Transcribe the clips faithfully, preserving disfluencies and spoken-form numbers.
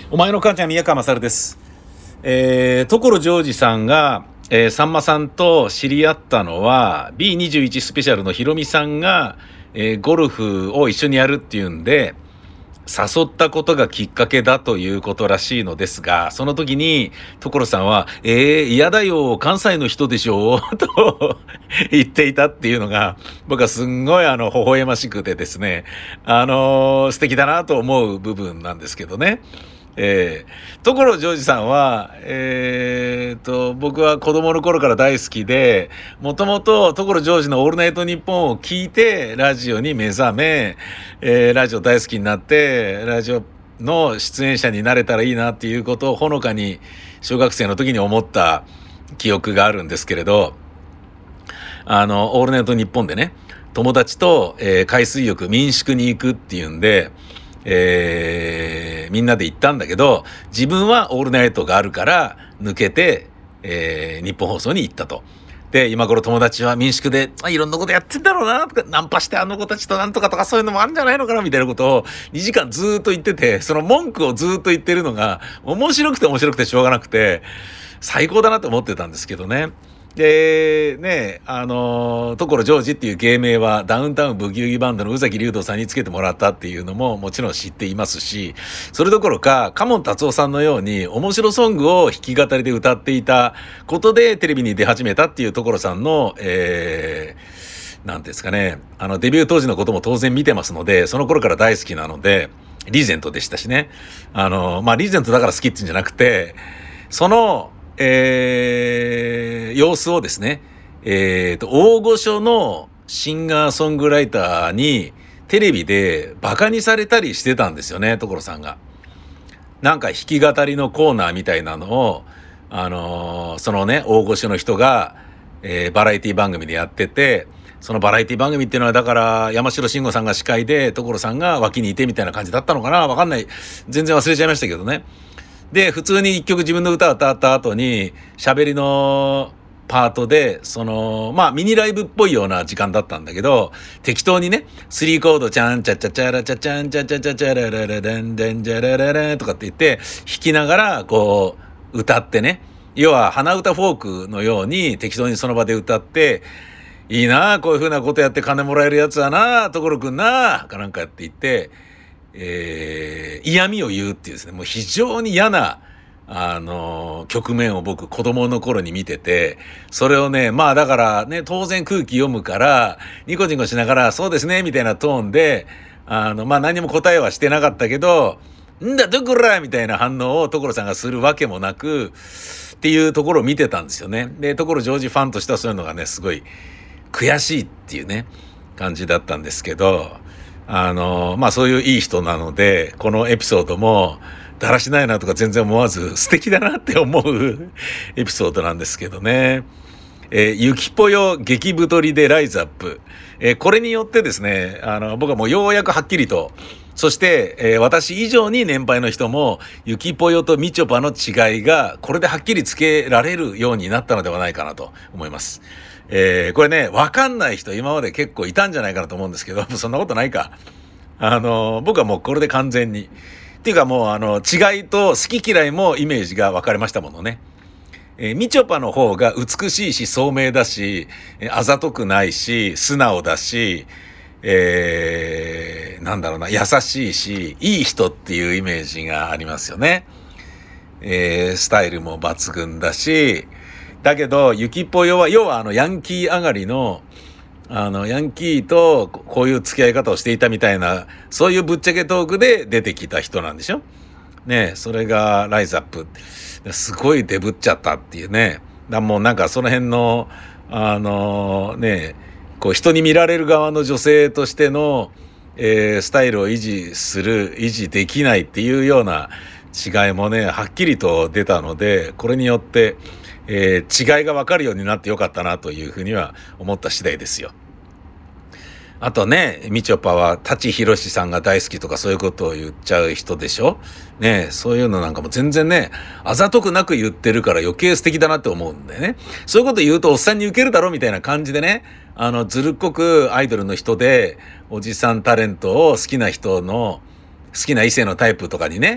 お前の母ちゃん宮川勝です。えー、所ジョージさんが、えー、さんまさんと知り合ったのは ビーにじゅういち スペシャルのヒロミさんが、えー、ゴルフを一緒にやるっていうんで誘ったことがきっかけだということらしいのですが、その時に所さんは「えー、嫌だよ関西の人でしょ」と言っていたっていうのが僕はすんごいあの微笑ましくてですね、あのー、素敵だなと思う部分なんですけどね。えー、所ジョージさんは、えー、と僕は子供の頃から大好きで、もともと所ジョージの「オールナイトニッポン」を聞いてラジオに目覚め、えー、ラジオ大好きになってラジオの出演者になれたらいいなっていうことをほのかに小学生の時に思った記憶があるんですけれど、あの「オールナイトニッポン」でね、友達と、えー、海水浴民宿に行くっていうんで、えー、みんなで行ったんだけど、自分はオールナイトがあるから抜けて、えー、日本放送に行ったと。で、今頃友達は民宿であいろんなことやってんだろうなとか、ナンパしてあの子たちとなんとかとかそういうのもあるんじゃないのかなみたいなことをにじかんずーっと言ってて、その文句をずーっと言ってるのが面白くて面白くてしょうがなくて最高だなと思ってたんですけどね。でね、あの所ジョージっていう芸名はダウンタウンブギウギバンドの宇崎竜童さんにつけてもらったっていうのももちろん知っていますし、それどころか嘉門達夫さんのように面白ソングを弾き語りで歌っていたことでテレビに出始めたっていう所さんの、えー、なんですかね、あのデビュー当時のことも当然見てますので、その頃から大好きなので、リーゼントでしたしね、あのまあリーゼントだから好きっていうんじゃなくて、そのえー、様子をですね、えーと、大御所のシンガーソングライターにテレビでバカにされたりしてたんですよね、所さんが。なんか弾き語りのコーナーみたいなのを、あのー、そのね、大御所の人が、えー、バラエティ番組でやってて、そのバラエティ番組っていうのはだから山城慎吾さんが司会で所さんが脇にいてみたいな感じだったのかな、わかんない。全然忘れちゃいましたけどね。で普通に一曲自分の歌を歌った後に喋りのパートでそのまあミニライブっぽいような時間だったんだけど、適当にねスリーコードチャンチャチャチャラチャチャンチャチャチャチャラララランデンジャラララとかって言って弾きながらこう歌ってね、要は鼻歌フォークのように適当にその場で歌って、いいなこういう風なことやって金もらえるやつはな所くんなかなんかやって言ってえー、嫌味を言うっていうですね、もう非常に嫌な、あのー、局面を僕子供の頃に見てて、それをね、まあだからね、当然空気読むから、ニコニコしながら、そうですね、みたいなトーンで、あの、まあ何も答えはしてなかったけど、んだ、どこらみたいな反応を所さんがするわけもなく、っていうところを見てたんですよね。で、所ジョージファンとしてはそういうのがね、すごい悔しいっていうね、感じだったんですけど、あのまあそういういい人なので、このエピソードもだらしないなとか全然思わず素敵だなって思うエピソードなんですけどね。えー、ゆきぽよ激太りでライズアップ、えー、これによってですね、あの僕はもうようやくはっきりと、そして、えー、私以上に年配の人もゆきぽよとみちょぱの違いがこれではっきりつけられるようになったのではないかなと思います。えー、これね、わかんない人今まで結構いたんじゃないかなと思うんですけど、そんなことないか。あの、僕はもうこれで完全に。っていうかもうあの、違いと好き嫌いもイメージが分かれましたものね。えー、みちょぱの方が美しいし聡明だし、あざとくないし、素直だし、えー、なんだろうな、優しいし、いい人っていうイメージがありますよね。えー、スタイルも抜群だし、だけどゆきぽよは要はあのヤンキー上がりのあのヤンキーとこういう付き合い方をしていたみたいな、そういうぶっちゃけトークで出てきた人なんでしょね。それがライズアップ、すごいデブっちゃったっていうね。だもうなんかその辺のあのね、こう人に見られる側の女性としての、えー、スタイルを維持する維持できないっていうような違いもねはっきりと出たので、これによってえー、違いが分かるようになってよかったなというふうには思った次第ですよ。あとね、みちょぱは舘ひろしさんが大好きとかそういうことを言っちゃう人でしょね。そういうのなんかも全然ね、あざとくなく言ってるから余計素敵だなって思うんだよね。そういうこと言うとおっさんにウケるだろみたいな感じでね、あのずるっこくアイドルの人でおじさんタレントを好きな人の好きな異性のタイプとかにね、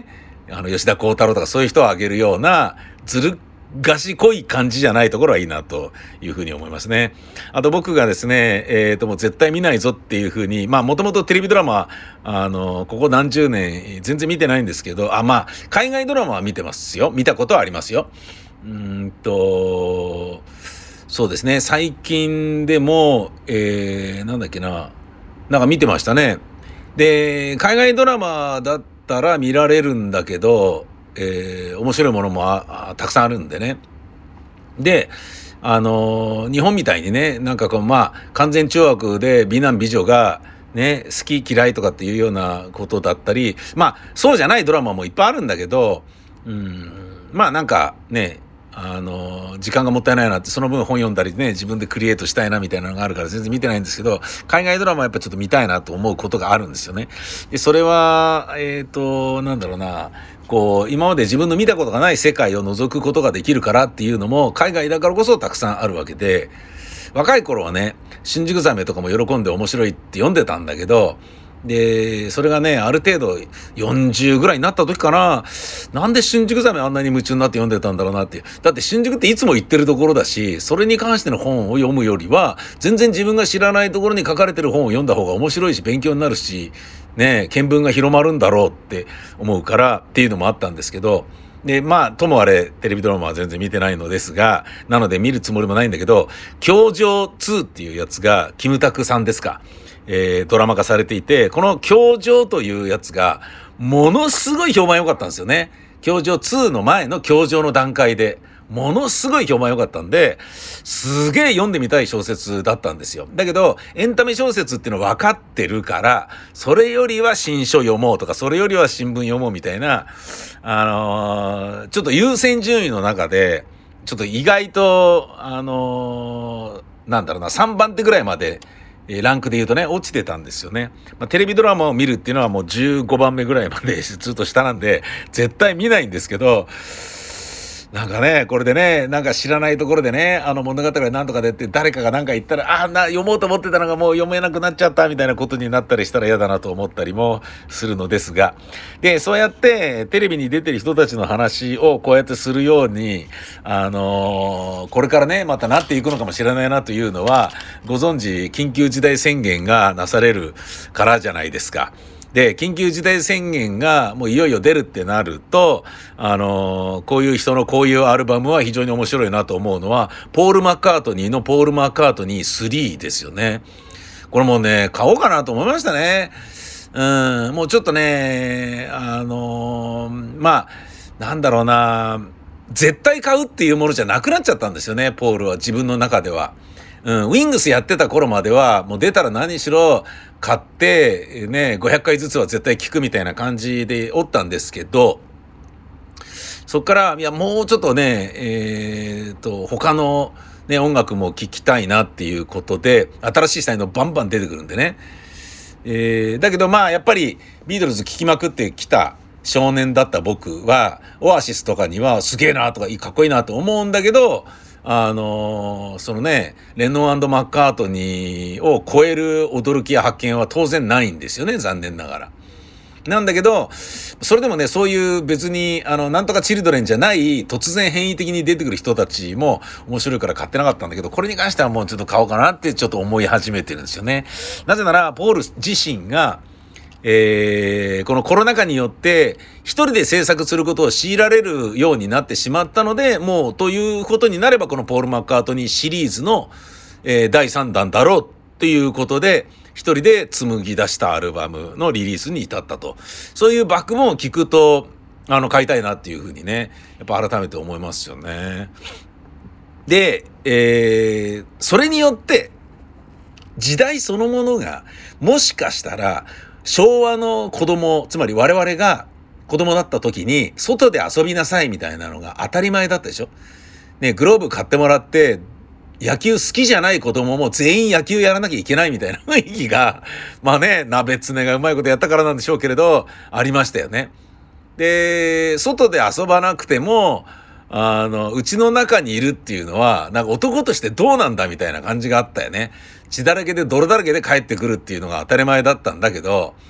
あの吉田鋼太郎とかそういう人を挙げるようなずる賢い感じじゃないところはいいなというふうに思いますね。あと僕がですね、えーともう絶対見ないぞっていうふうに、まあもともとテレビドラマ、あの、ここ何十年全然見てないんですけど、あ、まあ海外ドラマは見てますよ。見たことはありますよ。うーんと、そうですね、最近でも、えー、なんだっけな、なんか見てましたね。で、海外ドラマだったら見られるんだけど、えー、面白いものもああたくさんあるんでね。で、あのー日本みたいにね、なんかこう、まあ、完全懲悪で美男美女が、ね、好き嫌いとかっていうようなことだったり、まあ、そうじゃないドラマもいっぱいあるんだけど、うん、まあなんかね、あのー時間がもったいないなって、その分本読んだりね、自分でクリエイトしたいなみたいなのがあるから全然見てないんですけど、海外ドラマはやっぱちょっと見たいなと思うことがあるんですよね。で、それは、えっと、なんだろうな、こう、今まで自分の見たことがない世界を覗くことができるからっていうのも、海外だからこそたくさんあるわけで、若い頃はね、新宿ザメとかも喜んで面白いって読んでたんだけど、で、それがね、ある程度よんじゅうぐらいになった時かな、なんで新宿ザメあんなに夢中になって読んでたんだろうなっていう。だって新宿っていつも行ってるところだし、それに関しての本を読むよりは、全然自分が知らないところに書かれてる本を読んだ方が面白いし、勉強になるし、ね、見聞が広まるんだろうって思うからっていうのもあったんですけど、で、まあ、ともあれ、テレビドラマは全然見てないのですが、なので見るつもりもないんだけど、教場ツーっていうやつが、キムタクさんですか、えー、ドラマ化されていて、この教場というやつが、ものすごい評判良かったんですよね。教場ツーの前の教場の段階で、ものすごい評判良かったんで、すげえ読んでみたい小説だったんですよ。だけど、エンタメ小説っていうの分かってるから、それよりは新書読もうとか、それよりは新聞読もうみたいな、あのーちょっと優先順位の中で、ちょっと意外と、あのーなんだろうな、さんばん手ぐらいまで、えーランクで言うとね、落ちてたんですよね。まあ、テレビドラマを見るっていうのはもうじゅうごばんめぐらいまでずっと下なんで、絶対見ないんですけど、なんかね、これでね、なんか知らないところでね、あの物語が何とかでって誰かが何か言ったら、ああ、な、読もうと思ってたのがもう読めなくなっちゃったみたいなことになったりしたら嫌だなと思ったりもするのですが。で、そうやってテレビに出てる人たちの話をこうやってするように、あのーこれからね、またなっていくのかもしれないなというのは、ご存知、緊急事態宣言がなされるからじゃないですか。で、緊急事態宣言がもういよいよ出るってなると、あのーこういう人のこういうアルバムは非常に面白いなと思うのは、ポール・マッカートニーのポール・マッカートニースリーですよね。これもね、買おうかなと思いましたね。うん、もうちょっとね、あのーまあ、なんだろうな、絶対買うっていうものじゃなくなっちゃったんですよね、ポールは自分の中では。うん、ウィングスやってた頃までは、もう出たら何しろ買って、ね、ごひゃっかいずつは絶対聞くみたいな感じでおったんですけど、そっから、いや、もうちょっとね、えーと、他のね、音楽も聴きたいなっていうことで、新しい才能バンバン出てくるんでね。えー、だけどまあ、やっぱりビートルズ聴きまくってきた少年だった僕は、オアシスとかにはすげえなとか、かっこいいなと思うんだけど、あのーそのね、レノン&マッカートニーを超える驚きや発見は当然ないんですよね、残念ながら。なんだけど、それでもね、そういう別に、あの、なんとかチルドレンじゃない、突然変異的に出てくる人たちも面白いから買ってなかったんだけど、これに関してはもうちょっと買おうかなってちょっと思い始めてるんですよね。なぜなら、ポール自身が、えー、このコロナ禍によって一人で制作することを強いられるようになってしまったので、もうということになればこのポール・マッカートニーシリーズの、えー、だいさんだんだろうっていうことで一人で紡ぎ出したアルバムのリリースに至ったと。そういうバックボーンを聞くと、あの、買いたいなっていうふうにね、やっぱ改めて思いますよね。で、えー、それによって時代そのものがもしかしたら昭和の子供、つまり我々が子供だった時に外で遊びなさいみたいなのが当たり前だったでしょ。ね、グローブ買ってもらって野球好きじゃない子供も全員野球やらなきゃいけないみたいな雰囲気が、まあね、鍋つねがうまいことやったからなんでしょうけれど、ありましたよね。で、外で遊ばなくても、あの、うちの中にいるっていうのは、なんか男としてどうなんだみたいな感じがあったよね。血だらけで泥だらけで帰ってくるっていうのが当たり前だったんだけど、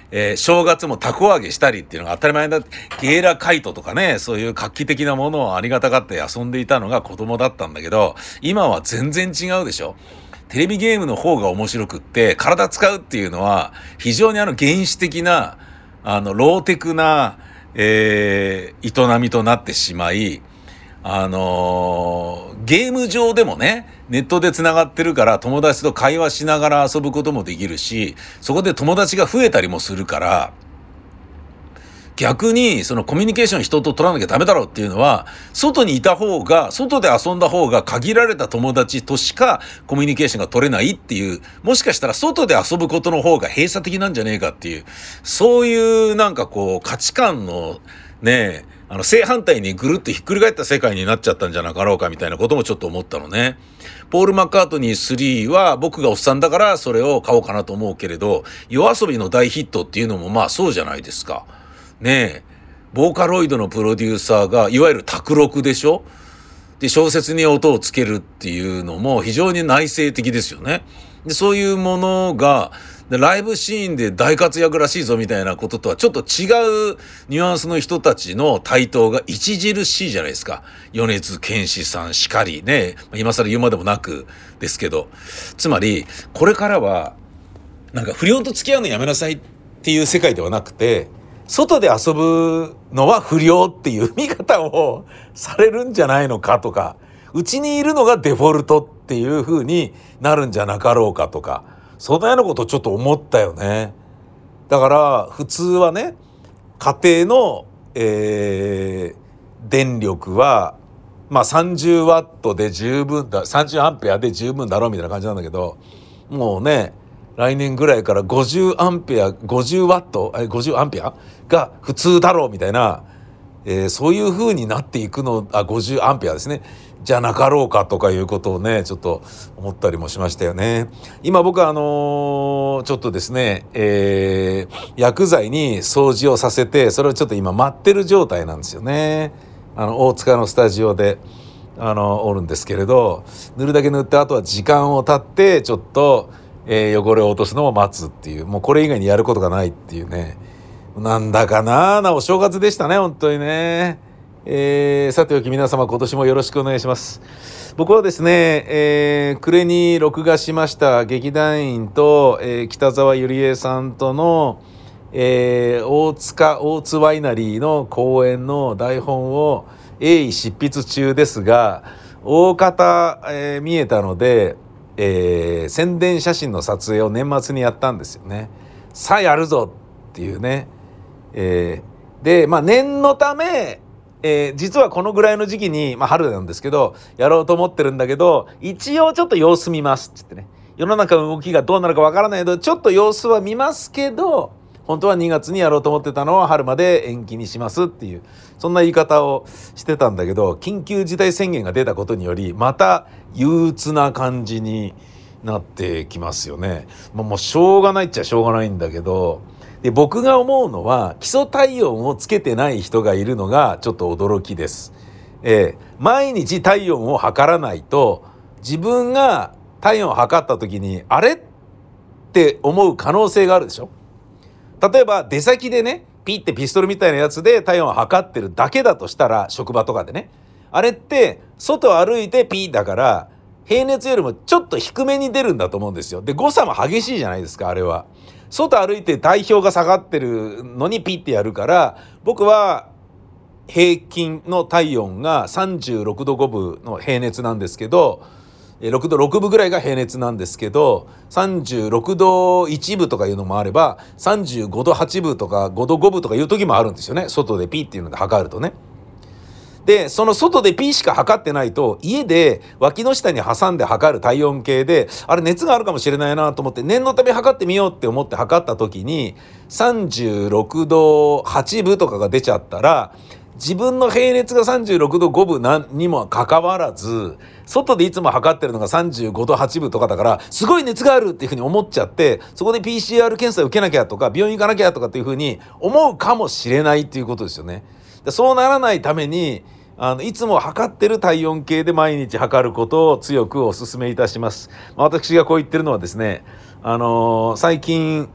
えー、正月も凧揚げしたりっていうのが当たり前だって、ゲーラカイトとかね、そういう画期的なものをありがたがって遊んでいたのが子供だったんだけど、今は全然違うでしょ。テレビゲームの方が面白くって、体使うっていうのは非常にあの原始的な、あの、ローテクな、えー、営みとなってしまい、あのー、ゲーム上でもね、ネットで繋がってるから友達と会話しながら遊ぶこともできるし、そこで友達が増えたりもするから、逆にそのコミュニケーション人と取らなきゃダメだろうっていうのは、外にいた方が、外で遊んだ方が限られた友達としかコミュニケーションが取れないっていう、もしかしたら外で遊ぶことの方が閉鎖的なんじゃねえかっていう、そういうなんかこう価値観のね、あの正反対にぐるっとひっくり返った世界になっちゃったんじゃなかろうかみたいなこともちょっと思ったのね。ポール・マッカートニースリーは僕がおっさんだからそれを買おうかなと思うけれど、夜遊びの大ヒットっていうのもまあそうじゃないですか。ねえ、ボーカロイドのプロデューサーがいわゆる卓録でしょ。で、小説に音をつけるっていうのも非常に内省的ですよね。で、そういうものがライブシーンで大活躍らしいぞみたいなこととはちょっと違うニュアンスの人たちの台頭が著しいじゃないですか。米津玄師さんしかりね、今更言うまでもなくですけど、つまりこれからはなんか不良と付き合うのやめなさいっていう世界ではなくて、外で遊ぶのは不良っていう見方をされるんじゃないのかとか、うちにいるのがデフォルトっていう風になるんじゃなかろうかとか、そんなようなことをちょっと思ったよね。だから普通はね、家庭の、えー、電力はまあさんじゅうワットで十分だ、さんじゅうアンペアで十分だろうみたいな感じなんだけど、もうね、来年ぐらいからごじゅうアンペア、ごじゅうワット、ごじゅうアンペアが普通だろうみたいな、えー、そういう風になっていくの、あ、ごじゅうアンペアですね。じゃなかろうかとかいうことをね、ちょっと思ったりもしましたよね。今僕はあのー、ちょっとですね、えー、薬剤に掃除をさせて、それをちょっと今待ってる状態なんですよね。あの、大塚のスタジオで、あの、おるんですけれど、塗るだけ塗って、あとは時間を経って、ちょっと、えー、汚れを落とすのを待つっていう、もうこれ以外にやることがないっていうね。なんだかななお正月でしたね、本当にね。えー、さておき皆様今年もよろしくお願いします。僕はですね、えー、暮れに録画しました劇団員と、えー、北沢ゆりえさんとの、えー、大塚大津ワイナリーの公演の台本を鋭意執筆中ですが、大方、えー、見えたので、えー、宣伝写真の撮影を年末にやったんですよね。さあやるぞっていうね、えー、でまあ念のため、えー、実はこのぐらいの時期に、まあ、春なんですけどやろうと思ってるんだけど、一応ちょっと様子見ますって言ってね、世の中の動きがどうなるかわからないけどちょっと様子は見ますけど、本当はにがつにやろうと思ってたのは春まで延期にしますっていう、そんな言い方をしてたんだけど、緊急事態宣言が出たことによりまた憂鬱な感じになってきますよね。もう、もうしょうがないっちゃしょうがないんだけど、で僕が思うのは基礎体温をつけてない人がいるのがちょっと驚きです。えー、毎日体温を測らないと、自分が体温を測った時にあれって思う可能性があるでしょ。例えば出先でね、ピッてピストルみたいなやつで体温を測ってるだけだとしたら、職場とかでね、あれって外歩いてピーだから平熱よりもちょっと低めに出るんだと思うんですよ。で誤差も激しいじゃないですか。あれは外歩いて体表が下がってるのにピッてやるから、僕は平均の体温がさんじゅうろくどごぶの平熱なんですけど、ろくどろくぶぐらいが平熱なんですけど、さんじゅうろくどいちぶとかいうのもあればさんじゅうごどはちぶとかごどごぶとかいう時もあるんですよね。外でピーっていうので測るとね。でその外で P しか測ってないと、家で脇の下に挟んで測る体温計であれ熱があるかもしれないなと思って念のため測ってみようって思って測った時にさんじゅうろくどはちぶとかが出ちゃったら、自分の平熱がさんじゅうろくどごぶにもかかわらず外でいつも測ってるのがさんじゅうごどはちぶとかだから、すごい熱があるっていうふうに思っちゃって、そこで ピーシーアール 検査を受けなきゃとか病院行かなきゃとかっていうふうに思うかもしれないっていうことですよね。そうならないためにあのいつも測ってる体温計で毎日測ることを強くお勧めいたします。私がこう言ってるのはですね、あのー、最近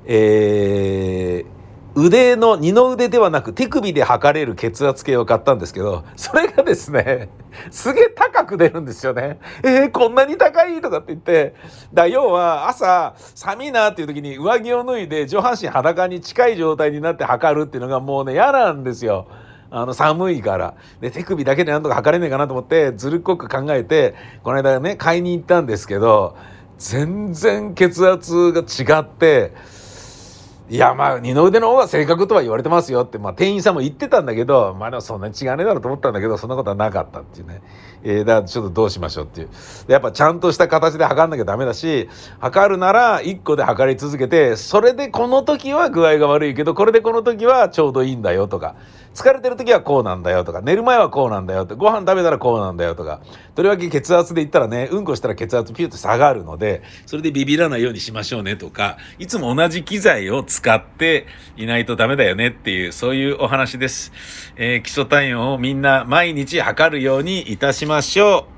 えー、腕の、二の腕ではなく手首で測れる血圧計を買ったんですけど、それがですね、すげえ高く出るんですよね。えー、こんなに高いとかって言って、だ要は朝寒いなっていう時に上着を脱いで上半身裸に近い状態になって測るっていうのがもうね、嫌なんですよ。あの寒いから。で、手首だけでなんとか測れねえかなと思って、ずるっこく考えて、この間ね、買いに行ったんですけど、全然血圧が違って、いやまあ二の腕の方が正確とは言われてますよって、まあ、店員さんも言ってたんだけど、まあでもそんなに違わねえだろうと思ったんだけど、そんなことはなかったっていうね、えー、だからちょっとどうしましょうっていう。やっぱちゃんとした形で測んなきゃダメだし、測るならいっこで測り続けて、それでこの時は具合が悪いけど、これでこの時はちょうどいいんだよとか、疲れてる時はこうなんだよとか、寝る前はこうなんだよとか、ご飯食べたらこうなんだよとか、とりわけ血圧で言ったらね、うんこしたら血圧ピュッと下がるので、それでビビらないようにしましょうねとか、いつも同じ機材を使っていないとダメだよねっていう、そういうお話です。えー、基礎体温をみんな毎日測るようにいたしましょう。